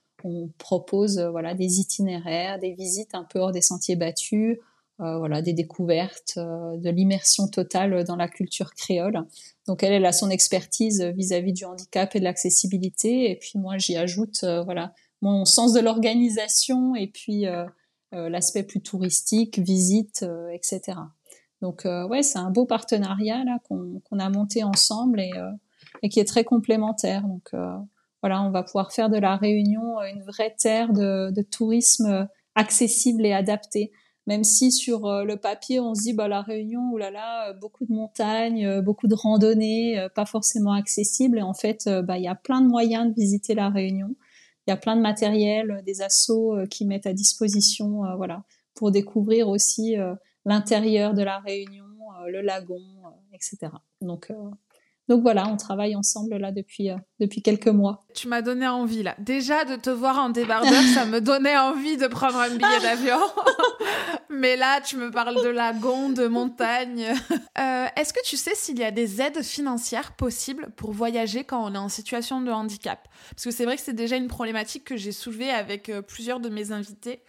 on propose voilà des itinéraires, des visites un peu hors des sentiers battus. Voilà, des découvertes, de l'immersion totale dans la culture créole. Donc elle a son expertise vis-à-vis du handicap et de l'accessibilité, et puis moi j'y ajoute voilà mon sens de l'organisation et puis l'aspect plus touristique, visite, etc. Donc ouais, c'est un beau partenariat là qu'on a monté ensemble et qui est très complémentaire. Donc voilà, on va pouvoir faire de La Réunion une vraie terre de tourisme accessible et adapté. Même si sur le papier, on se dit, La Réunion, oh là là, beaucoup de montagnes, beaucoup de randonnées, pas forcément accessibles. Et en fait, il y a plein de moyens de visiter La Réunion. Il y a plein de matériel, des assos qui mettent à disposition, voilà, pour découvrir aussi l'intérieur de La Réunion, le lagon, etc. Donc voilà, on travaille ensemble là depuis quelques mois. Tu m'as donné envie là. Déjà de te voir en débardeur, ça me donnait envie de prendre un billet d'avion. Mais là, tu me parles de lagon, de montagne. Est-ce que tu sais s'il y a des aides financières possibles pour voyager quand on est en situation de handicap ? Parce que c'est vrai que c'est déjà une problématique que j'ai soulevée avec plusieurs de mes invités.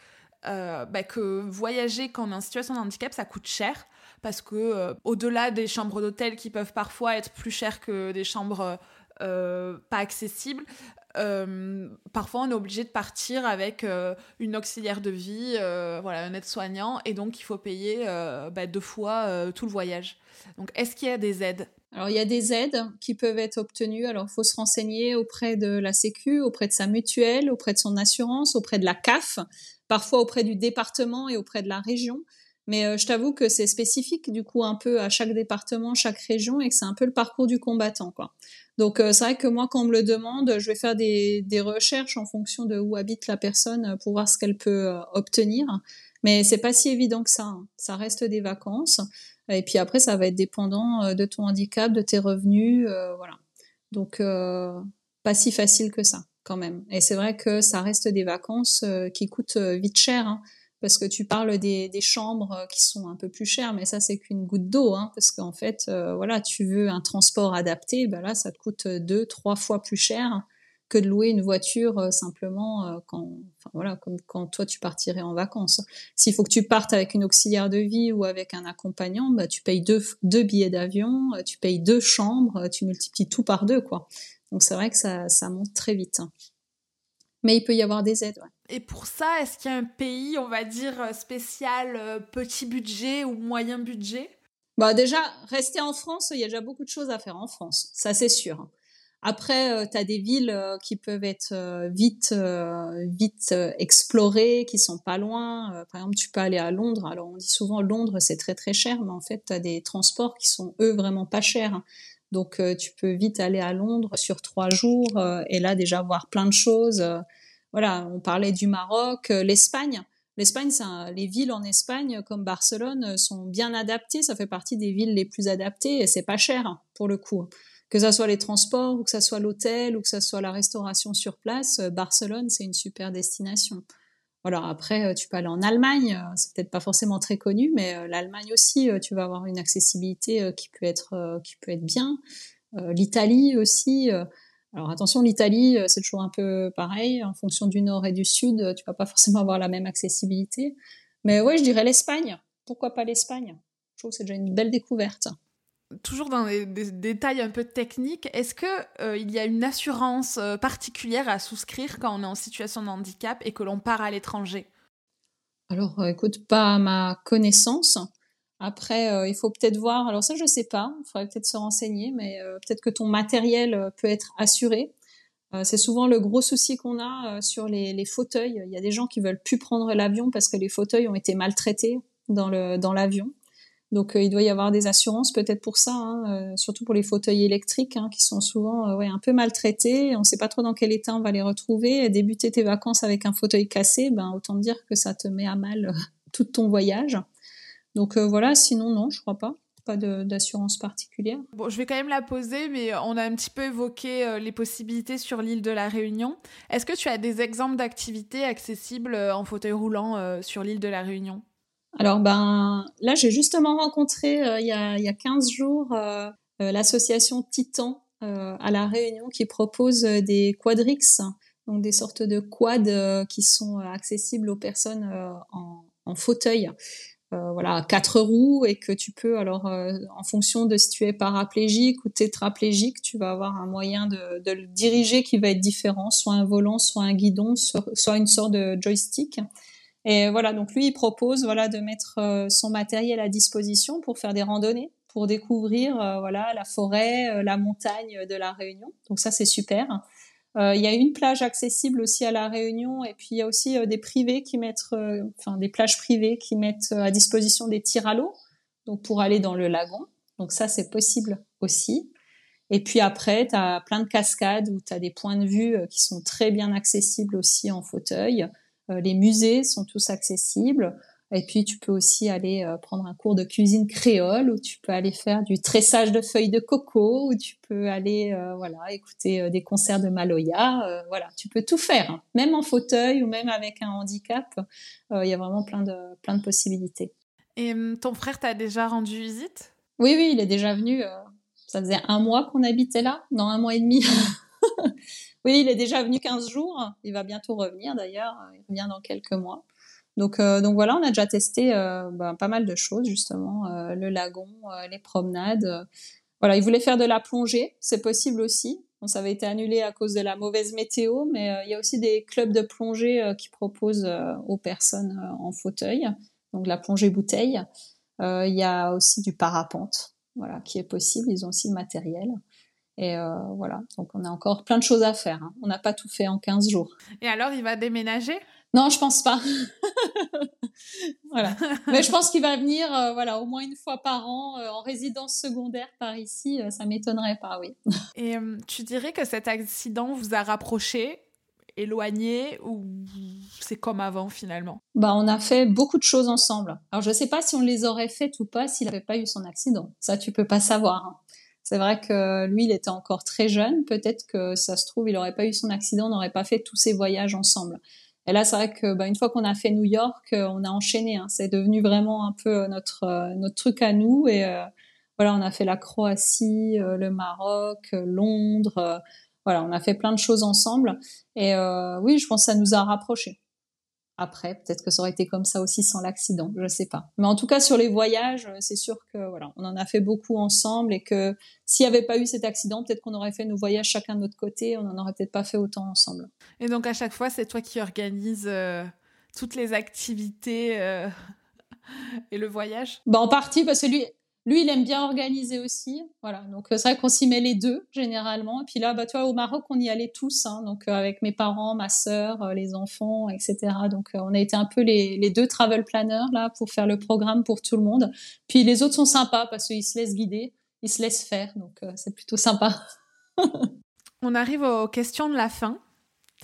Que voyager quand on est en situation de handicap, ça coûte cher. Parce que au-delà des chambres d'hôtel qui peuvent parfois être plus chères que des chambres pas accessibles, parfois on est obligé de partir avec une auxiliaire de vie, voilà, un aide-soignant, et donc il faut payer 2 fois tout le voyage. Donc est-ce qu'il y a des aides ? Alors il y a des aides qui peuvent être obtenues. Alors il faut se renseigner auprès de la Sécu, auprès de sa mutuelle, auprès de son assurance, auprès de la CAF, parfois auprès du département et auprès de la région. Mais je t'avoue que c'est spécifique du coup un peu à chaque département, chaque région, et que c'est un peu le parcours du combattant, quoi. Donc c'est vrai que moi quand on me le demande, je vais faire des recherches en fonction de où habite la personne pour voir ce qu'elle peut obtenir. Mais c'est pas si évident que ça, hein. Ça reste des vacances. Et puis après ça va être dépendant de ton handicap, de tes revenus, voilà. Donc pas si facile que ça quand même. Et c'est vrai que ça reste des vacances qui coûtent vite cher, hein. Parce que tu parles des chambres qui sont un peu plus chères, mais ça c'est qu'une goutte d'eau, hein, parce qu'en fait, voilà, tu veux un transport adapté, là ça te coûte 2-3 fois plus cher que de louer une voiture simplement comme quand toi tu partirais en vacances. S'il faut que tu partes avec une auxiliaire de vie ou avec un accompagnant, tu payes deux billets d'avion, tu payes 2 chambres, tu multiplies tout par 2, quoi. Donc c'est vrai que ça monte très vite. Mais il peut y avoir des aides, ouais. Et pour ça, est-ce qu'il y a un pays, on va dire, spécial petit budget ou moyen budget ? Déjà, rester en France, il y a déjà beaucoup de choses à faire en France, ça c'est sûr. Après, tu as des villes qui peuvent être vite explorées, qui sont pas loin. Par exemple, tu peux aller à Londres. Alors, on dit souvent Londres, c'est très très cher, mais en fait, tu as des transports qui sont, eux, vraiment pas chers. Donc, tu peux vite aller à Londres sur 3 jours et là, déjà voir plein de choses. Voilà, on parlait du Maroc, l'Espagne. l'Espagne, les villes en Espagne, comme Barcelone, sont bien adaptées. Ça fait partie des villes les plus adaptées et c'est pas cher, hein, pour le coup. Que ça soit les transports, ou que ça soit l'hôtel, ou que ça soit la restauration sur place, Barcelone, c'est une super destination. Voilà, après, tu peux aller en Allemagne, c'est peut-être pas forcément très connu, mais l'Allemagne aussi, tu vas avoir une accessibilité qui peut être bien. L'Italie aussi. Alors attention, l'Italie, c'est toujours un peu pareil. En fonction du nord et du sud, tu vas pas forcément avoir la même accessibilité. Mais ouais, je dirais l'Espagne. Pourquoi pas l'Espagne? Je trouve que c'est déjà une belle découverte. Toujours dans des détails un peu techniques, est-ce que il y a une assurance particulière à souscrire quand on est en situation de handicap et que l'on part à l'étranger? Alors, écoute, pas à ma connaissance. Après, il faut peut-être voir. Alors ça, je sais pas. Il faudrait peut-être se renseigner, mais peut-être que ton matériel peut être assuré. C'est souvent le gros souci qu'on a sur les fauteuils. Il y a des gens qui veulent plus prendre l'avion parce que les fauteuils ont été maltraités dans l'avion. Donc il doit y avoir des assurances peut-être pour ça, hein, surtout pour les fauteuils électriques, hein, qui sont souvent ouais, un peu maltraités. On ne sait pas trop dans quel état on va les retrouver. Et débuter tes vacances avec un fauteuil cassé, ben autant te dire que ça te met à mal tout ton voyage. Donc voilà, sinon non, je crois pas. Pas d'assurance particulière. Bon, je vais quand même la poser, mais on a un petit peu évoqué les possibilités sur l'île de la Réunion. Est-ce que tu as des exemples d'activités accessibles en fauteuil roulant sur l'île de la Réunion? Alors ben là, j'ai justement rencontré il y a 15 jours l'association Titan à La Réunion qui propose des quadrix, donc des sortes de quads qui sont accessibles aux personnes en fauteuil. Voilà, à 4 roues et que tu peux alors en fonction de si tu es paraplégique ou tétraplégique, tu vas avoir un moyen de le diriger qui va être différent, soit un volant, soit un guidon, soit une sorte de joystick. Et voilà, donc lui, il propose voilà de mettre son matériel à disposition pour faire des randonnées, pour découvrir voilà la forêt, la montagne de la Réunion. Donc ça, c'est super. Il y a une plage accessible aussi à La Réunion et puis il y a aussi des privés qui mettent, enfin des plages privées qui mettent à disposition des tirs à l'eau, donc pour aller dans le lagon. Donc ça, c'est possible aussi. Et puis après, tu as plein de cascades où tu as des points de vue qui sont très bien accessibles aussi en fauteuil. Les musées sont tous accessibles. Et puis tu peux aussi aller prendre un cours de cuisine créole, où tu peux aller faire du tressage de feuilles de coco, où tu peux aller voilà écouter des concerts de Maloya. Voilà, tu peux tout faire, hein. Même en fauteuil ou même avec un handicap. Il y a vraiment plein de possibilités. Et ton frère t'a déjà rendu visite? Oui, oui, il est déjà venu. Ça faisait 1 mois qu'on habitait là, non 1 mois et demi. Oui, il est déjà venu 15 jours. Il va bientôt revenir d'ailleurs. Il revient dans quelques mois. Donc voilà, on a déjà testé pas mal de choses justement, le lagon, les promenades. Voilà, il voulait faire de la plongée, c'est possible aussi. Bon, ça avait été annulé à cause de la mauvaise météo, mais il y a aussi des clubs de plongée qui proposent aux personnes en fauteuil, donc la plongée bouteille. Il y a aussi du parapente, voilà, qui est possible. Ils ont aussi le matériel. Et voilà, donc on a encore plein de choses à faire, hein. On n'a pas tout fait en 15 jours. Et alors, il va déménager? Non, je pense pas. Voilà. Mais je pense qu'il va venir, voilà, au moins une fois par an en résidence secondaire par ici. Ça m'étonnerait pas, oui. Et tu dirais que cet accident vous a rapprochés, éloignés, ou c'est comme avant finalement? Bah, on a fait beaucoup de choses ensemble. Alors, je sais pas si on les aurait faites ou pas s'il n'avait pas eu son accident. Ça, tu peux pas savoir, hein. C'est vrai que lui, il était encore très jeune. Peut-être que ça se trouve, il aurait pas eu son accident, on n'aurait pas fait tous ces voyages ensemble. Et là, c'est vrai que une fois qu'on a fait New York, on a enchaîné, hein. C'est devenu vraiment un peu notre truc à nous. Et voilà, on a fait la Croatie, le Maroc, Londres. Voilà, on a fait plein de choses ensemble. Et oui, je pense que ça nous a rapprochés. Après, peut-être que ça aurait été comme ça aussi sans l'accident, je sais pas. Mais en tout cas, sur les voyages, c'est sûr que voilà, on en a fait beaucoup ensemble et que s'il n'y avait pas eu cet accident, peut-être qu'on aurait fait nos voyages chacun de notre côté, on n'en aurait peut-être pas fait autant ensemble. Et donc à chaque fois, c'est toi qui organise toutes les activités et le voyage? Bah, en partie parce que lui, il aime bien organiser aussi. Voilà. Donc, c'est vrai qu'on s'y met les deux, généralement. Et puis là, tu vois, au Maroc, on y allait tous, hein. Donc, avec mes parents, ma sœur, les enfants, etc. Donc, on a été un peu les deux travel planners, là, pour faire le programme pour tout le monde. Puis, les autres sont sympas parce qu'ils se laissent guider, ils se laissent faire. Donc, c'est plutôt sympa. On arrive aux questions de la fin.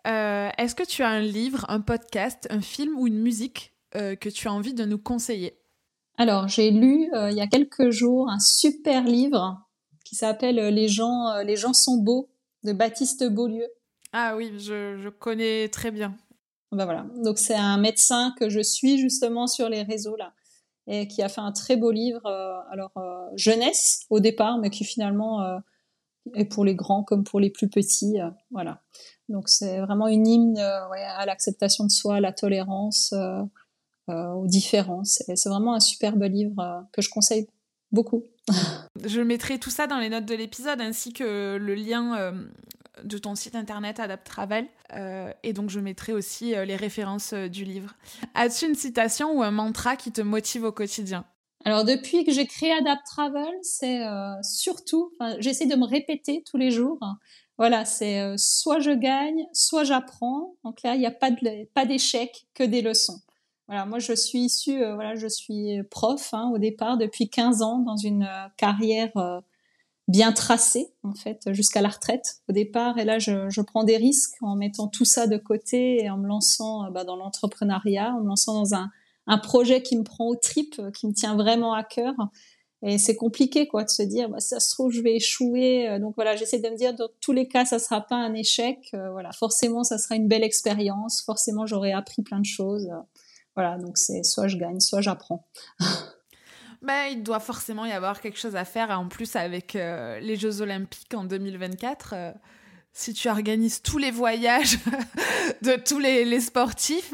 Est-ce que tu as un livre, un podcast, un film ou une musique que tu as envie de nous conseiller? Alors, j'ai lu il y a quelques jours un super livre qui s'appelle Les gens sont beaux de Baptiste Beaulieu. Ah oui, je connais très bien. Ben voilà. Donc c'est un médecin que je suis justement sur les réseaux là et qui a fait un très beau livre. Jeunesse au départ, mais qui finalement est pour les grands comme pour les plus petits. Voilà. Donc c'est vraiment une hymne ouais, à l'acceptation de soi, à la tolérance, aux différences. Et c'est vraiment un superbe livre que je conseille beaucoup. Je mettrai tout ça dans les notes de l'épisode ainsi que le lien de ton site internet Adapt Travel. Et donc je mettrai aussi les références du livre. As-tu une citation ou un mantra qui te motive au quotidien? Alors depuis que j'ai créé Adapt Travel, c'est surtout, j'essaie de me répéter tous les jours. Voilà, c'est soit je gagne, soit j'apprends. Donc là, il n'y a pas d'échec, que des leçons. Voilà, moi je suis issue, voilà, je suis prof au départ depuis 15 ans dans une carrière bien tracée en fait jusqu'à la retraite au départ. Et là, je prends des risques en mettant tout ça de côté et en me lançant dans l'entrepreneuriat, en me lançant dans un projet qui me prend aux tripes, qui me tient vraiment à cœur. Et c'est compliqué, quoi, de se dire, ça se trouve, je vais échouer. Donc voilà, j'essaie de me dire, dans tous les cas, ça sera pas un échec. Voilà, forcément, ça sera une belle expérience. Forcément, j'aurai appris plein de choses. Voilà, donc c'est soit je gagne, soit j'apprends. Ben, il doit forcément y avoir quelque chose à faire. En plus, avec les Jeux Olympiques en 2024, si tu organises tous les voyages de tous les sportifs,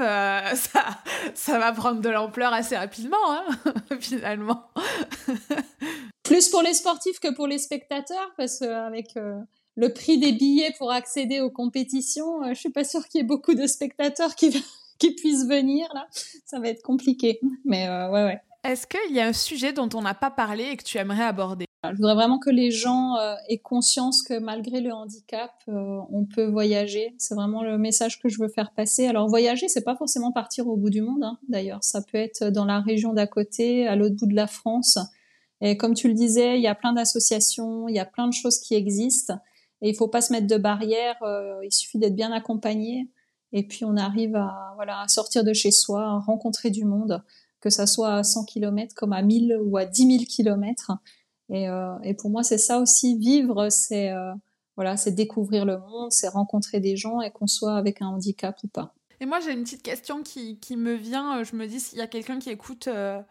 ça va prendre de l'ampleur assez rapidement, hein, finalement. Plus pour les sportifs que pour les spectateurs, parce qu'avec le prix des billets pour accéder aux compétitions, je suis pas sûre qu'il y ait beaucoup de spectateurs qui puissent venir là. Ça va être compliqué. Mais ouais. Est-ce qu'il y a un sujet dont on n'a pas parlé et que tu aimerais aborder? Je voudrais vraiment que les gens aient conscience que malgré le handicap, on peut voyager. C'est vraiment le message que je veux faire passer. Alors voyager, c'est pas forcément partir au bout du monde, hein, d'ailleurs. Ça peut être dans la région d'à côté, à l'autre bout de la France. Et comme tu le disais, il y a plein d'associations, il y a plein de choses qui existent. Et il faut pas se mettre de barrières. Il suffit d'être bien accompagné. Et puis on arrive à sortir de chez soi, à rencontrer du monde, que ça soit à 100 km comme à 1000 ou à 10 000 kilomètres. Et pour moi, c'est ça aussi, vivre, c'est découvrir le monde, c'est rencontrer des gens et qu'on soit avec un handicap ou pas. Et moi, j'ai une petite question qui me vient. Je me dis, s'il y a quelqu'un qui écoute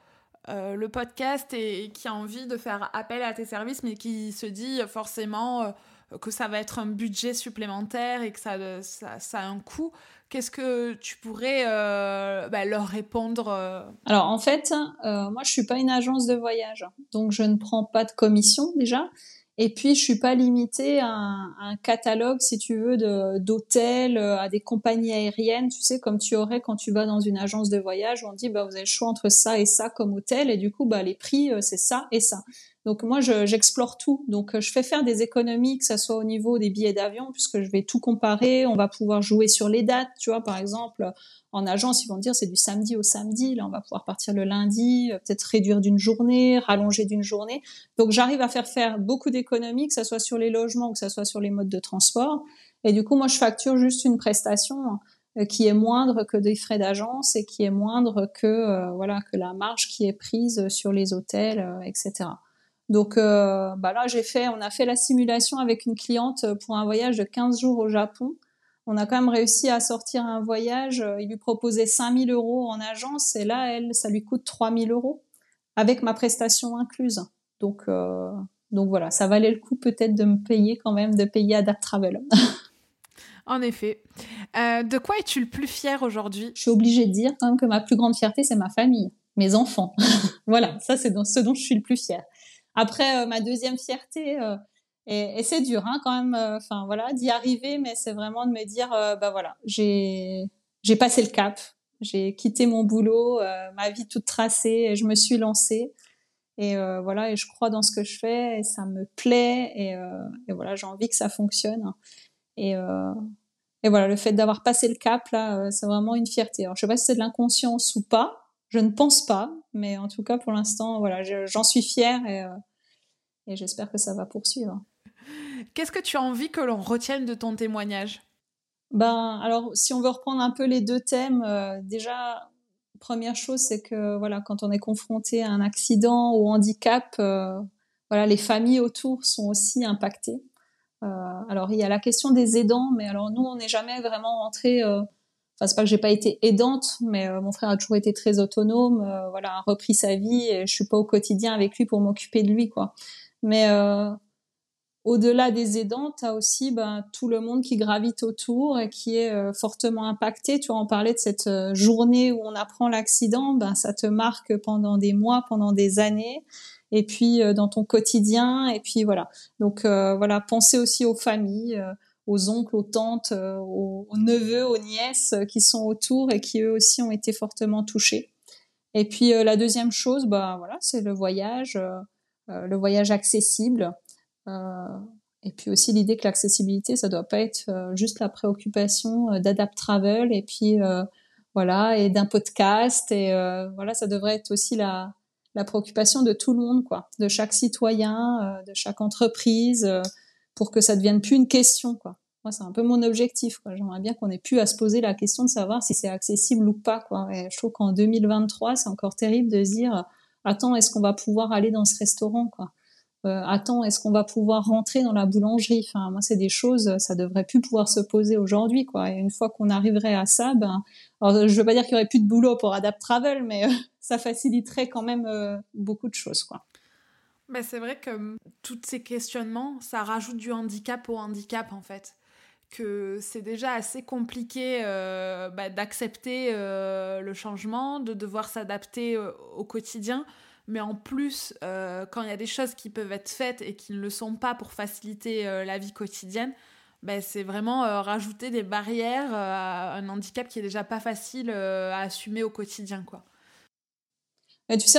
le podcast et qui a envie de faire appel à tes services, mais qui se dit forcément que ça va être un budget supplémentaire et que ça a un coût, qu'est-ce que tu pourrais leur répondre? Alors en fait, moi je suis pas une agence de voyage, donc je ne prends pas de commission déjà. Et puis je suis pas limitée à un catalogue, si tu veux, d'hôtels, à des compagnies aériennes, tu sais, comme tu aurais quand tu vas dans une agence de voyage où on dit vous avez le choix entre ça et ça comme hôtel, et du coup les prix c'est ça et ça. Donc moi j'explore tout, donc je fais faire des économies, que ça soit au niveau des billets d'avion, puisque je vais tout comparer, on va pouvoir jouer sur les dates, tu vois, par exemple. En agence, ils vont dire c'est du samedi au samedi. Là, on va pouvoir partir le lundi, peut-être réduire d'une journée, rallonger d'une journée. Donc, j'arrive à faire beaucoup d'économies, que ça soit sur les logements ou que ça soit sur les modes de transport. Et du coup, moi, je facture juste une prestation qui est moindre que des frais d'agence et qui est moindre que la marge qui est prise sur les hôtels, etc. Donc là, on a fait la simulation avec une cliente pour un voyage de 15 jours au Japon. On a quand même réussi à sortir un voyage. Il lui proposait 5 000 € en agence et là, ça lui coûte 3 000 € avec ma prestation incluse. Donc voilà, ça valait le coup peut-être de me payer quand même, de payer Adapt Travel. En effet. De quoi es-tu le plus fière aujourd'hui? Je suis obligée de dire quand même que ma plus grande fierté, c'est ma famille, mes enfants. Voilà, ça c'est ce dont je suis le plus fière. Après, ma deuxième fierté, et c'est dur quand même, d'y arriver, mais c'est vraiment de me dire, j'ai passé le cap, j'ai quitté mon boulot, ma vie toute tracée, et je me suis lancée. Et et je crois dans ce que je fais, et ça me plaît, et voilà, j'ai envie que ça fonctionne. Et, euh, et voilà, le fait d'avoir passé le cap, là, c'est vraiment une fierté. Alors, je sais pas si c'est de l'inconscience ou pas, je ne pense pas, mais en tout cas, pour l'instant, voilà, j'en suis fière, et j'espère que ça va poursuivre. Qu'est-ce que tu as envie que l'on retienne de ton témoignage? Ben, alors, si on veut reprendre un peu les deux thèmes, déjà, première chose, c'est que voilà, quand on est confronté à un accident ou handicap, voilà, les familles autour sont aussi impactées. Euh, alors, il y a la question des aidants, mais alors nous, on n'est jamais vraiment rentré. Enfin, c'est pas que j'ai pas été aidante, mais mon frère a toujours été très autonome. Voilà, a repris sa vie et je suis pas au quotidien avec lui pour m'occuper de lui, quoi. Mais au-delà des aidants, tu as aussi ben, tout le monde qui gravite autour et qui est fortement impacté. Tu vois, on parlait de cette journée où on apprend l'accident, ben, ça te marque pendant des mois, pendant des années, et puis dans ton quotidien, et puis voilà. Donc voilà, pensez aussi aux familles, aux oncles, aux tantes, aux neveux, aux nièces qui sont autour et qui eux aussi ont été fortement touchés. Et puis la deuxième chose, bah voilà, c'est le voyage accessible. Euh, et puis aussi l'idée que l'accessibilité, ça doit pas être juste la préoccupation d'Adapt Travel et puis voilà et d'un podcast et voilà, ça devrait être aussi la préoccupation de tout le monde, quoi, de chaque citoyen, de chaque entreprise, pour que ça devienne plus une question, quoi. Moi, c'est un peu mon objectif, quoi. J'aimerais bien qu'on ait pu à se poser la question de savoir si c'est accessible ou pas, quoi. Et je trouve qu'en 2023, c'est encore terrible de se dire, attends, est-ce qu'on va pouvoir aller dans ce restaurant, quoi? Attends, est-ce qu'on va pouvoir rentrer dans la boulangerie? Enfin, moi, c'est des choses, ça devrait plus pouvoir se poser aujourd'hui, quoi. Et une fois qu'on arriverait à ça, ben, alors, je veux pas dire qu'il y aurait plus de boulot pour Adapt Travel, mais ça faciliterait quand même beaucoup de choses, quoi. Bah, c'est vrai que tous ces questionnements, ça rajoute du handicap au handicap en fait. Que c'est déjà assez compliqué d'accepter le changement, de devoir s'adapter au quotidien. Mais en plus, quand il y a des choses qui peuvent être faites et qui ne le sont pas pour faciliter la vie quotidienne, bah, c'est vraiment rajouter des barrières à un handicap qui est déjà pas facile à assumer au quotidien, quoi. Mais tu sais,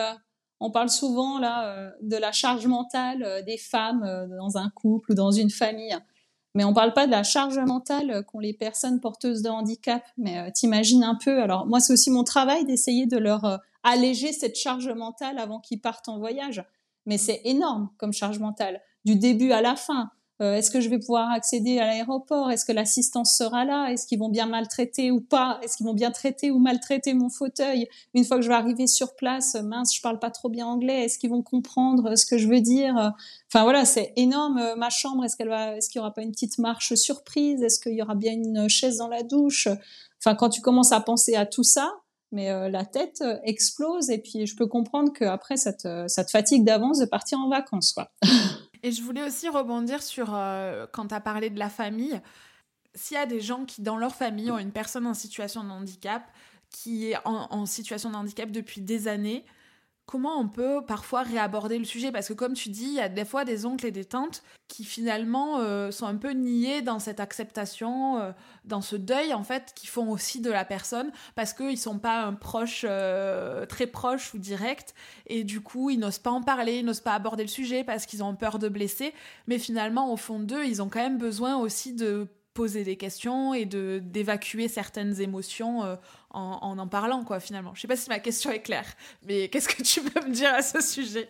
on parle souvent là de la charge mentale des femmes dans un couple ou dans une famille. Mais on parle pas de la charge mentale qu'ont les personnes porteuses de handicap. Mais t'imagines un peu. Alors moi, c'est aussi mon travail d'essayer de leur alléger cette charge mentale avant qu'ils partent en voyage. Mais c'est énorme comme charge mentale, du début à la fin. Est-ce que je vais pouvoir accéder à l'aéroport? Est-ce que l'assistance sera là? Est-ce qu'ils vont bien maltraiter ou pas? Est-ce qu'ils vont bien traiter ou maltraiter mon fauteuil? Une fois que je vais arriver sur place, mince, je parle pas trop bien anglais. Est-ce qu'ils vont comprendre ce que je veux dire? Enfin voilà, c'est énorme. Ma chambre, est-ce qu'il y aura pas une petite marche surprise? Est-ce qu'il y aura bien une chaise dans la douche? Enfin, quand tu commences à penser à tout ça, mais la tête explose et puis je peux comprendre qu'après ça te fatigue d'avance de partir en vacances, quoi. Et je voulais aussi rebondir sur quand tu as parlé de la famille. S'il y a des gens qui, dans leur famille, ont une personne en situation de handicap, qui est en situation de handicap depuis des années, comment on peut parfois réaborder le sujet? Parce que comme tu dis, il y a des fois des oncles et des tantes qui finalement sont un peu niés dans cette acceptation, dans ce deuil en fait, qui font aussi de la personne, parce qu'ils ne sont pas un proche très proche ou direct, et du coup ils n'osent pas en parler, ils n'osent pas aborder le sujet parce qu'ils ont peur de blesser, mais finalement au fond d'eux, ils ont quand même besoin aussi de poser des questions et d'évacuer certaines émotions en parlant, quoi, finalement. Je sais pas si ma question est claire, mais qu'est-ce que tu peux me dire à ce sujet?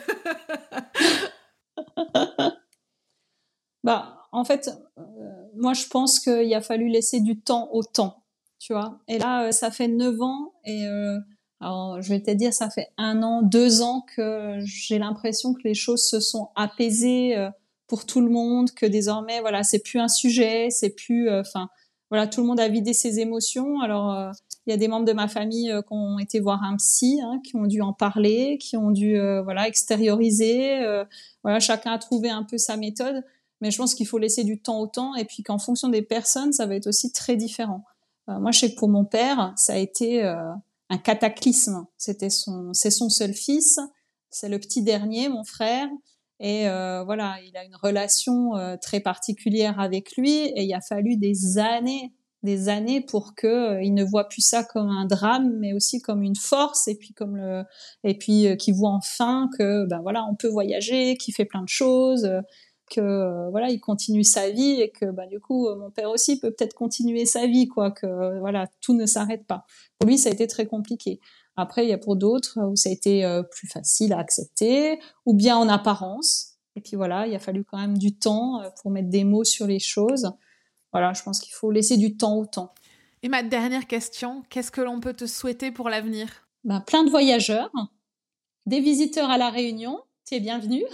Bah, en fait, moi je pense qu'il a fallu laisser du temps au temps, tu vois. Et là, ça fait 9 ans et alors je vais te dire, ça fait 1 an, 2 ans que j'ai l'impression que les choses se sont apaisées pour tout le monde, que désormais, voilà, c'est plus un sujet, c'est plus, enfin, voilà, tout le monde a vidé ses émotions. Alors, il y a des membres de ma famille qui ont été voir un psy, hein, qui ont dû en parler, qui ont dû, voilà, extérioriser. Voilà, chacun a trouvé un peu sa méthode. Mais je pense qu'il faut laisser du temps au temps et puis qu'en fonction des personnes, ça va être aussi très différent. Moi, je sais que pour mon père, ça a été un cataclysme. C'est son seul fils, c'est le petit dernier, mon frère, et voilà, il a une relation très particulière avec lui, et il a fallu des années pour que il ne voit plus ça comme un drame, mais aussi comme une force, et puis qu'il voit enfin que ben voilà, on peut voyager, qu'il fait plein de choses. Que voilà, il continue sa vie et que bah du coup mon père aussi peut peut-être continuer sa vie, quoi, que voilà, tout ne s'arrête pas. Pour lui, ça a été très compliqué. Après, il y a pour d'autres où ça a été plus facile à accepter, ou bien en apparence. Et puis voilà, il a fallu quand même du temps pour mettre des mots sur les choses. voilà, je pense qu'il faut laisser du temps au temps. Et ma dernière question, qu'est-ce que l'on peut te souhaiter pour l'avenir ? Plein de voyageurs, des visiteurs à La Réunion, tu es bienvenue.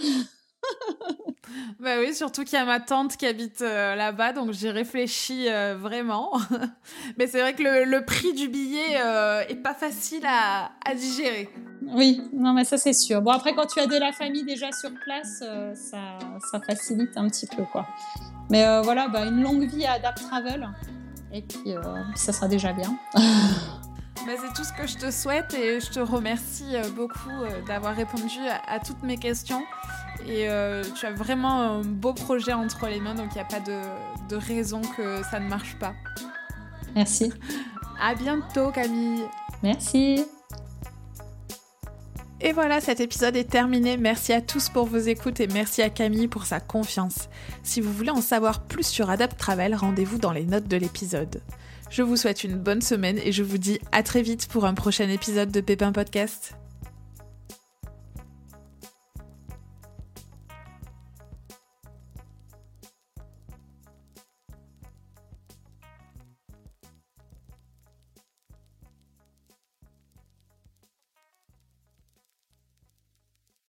Oui, surtout qu'il y a ma tante qui habite là-bas, donc j'y réfléchis vraiment. Mais c'est vrai que le prix du billet est pas facile à digérer. Oui, non mais ça c'est sûr. Bon après quand tu as de la famille déjà sur place, ça facilite un petit peu quoi. Mais voilà, une longue vie à Adapt Travel et puis ça sera déjà bien. C'est tout ce que je te souhaite et je te remercie beaucoup d'avoir répondu à toutes mes questions. Et tu as vraiment un beau projet entre les mains, donc il n'y a pas de raison que ça ne marche pas. Merci. À bientôt Camille. Merci. Et voilà, cet épisode est terminé. Merci à tous pour vos écoutes et merci à Camille pour sa confiance. Si vous voulez en savoir plus sur Adapt Travel, rendez-vous dans les notes de l'épisode. Je vous souhaite une bonne semaine et je vous dis à très vite pour un prochain épisode de Pépin Podcast.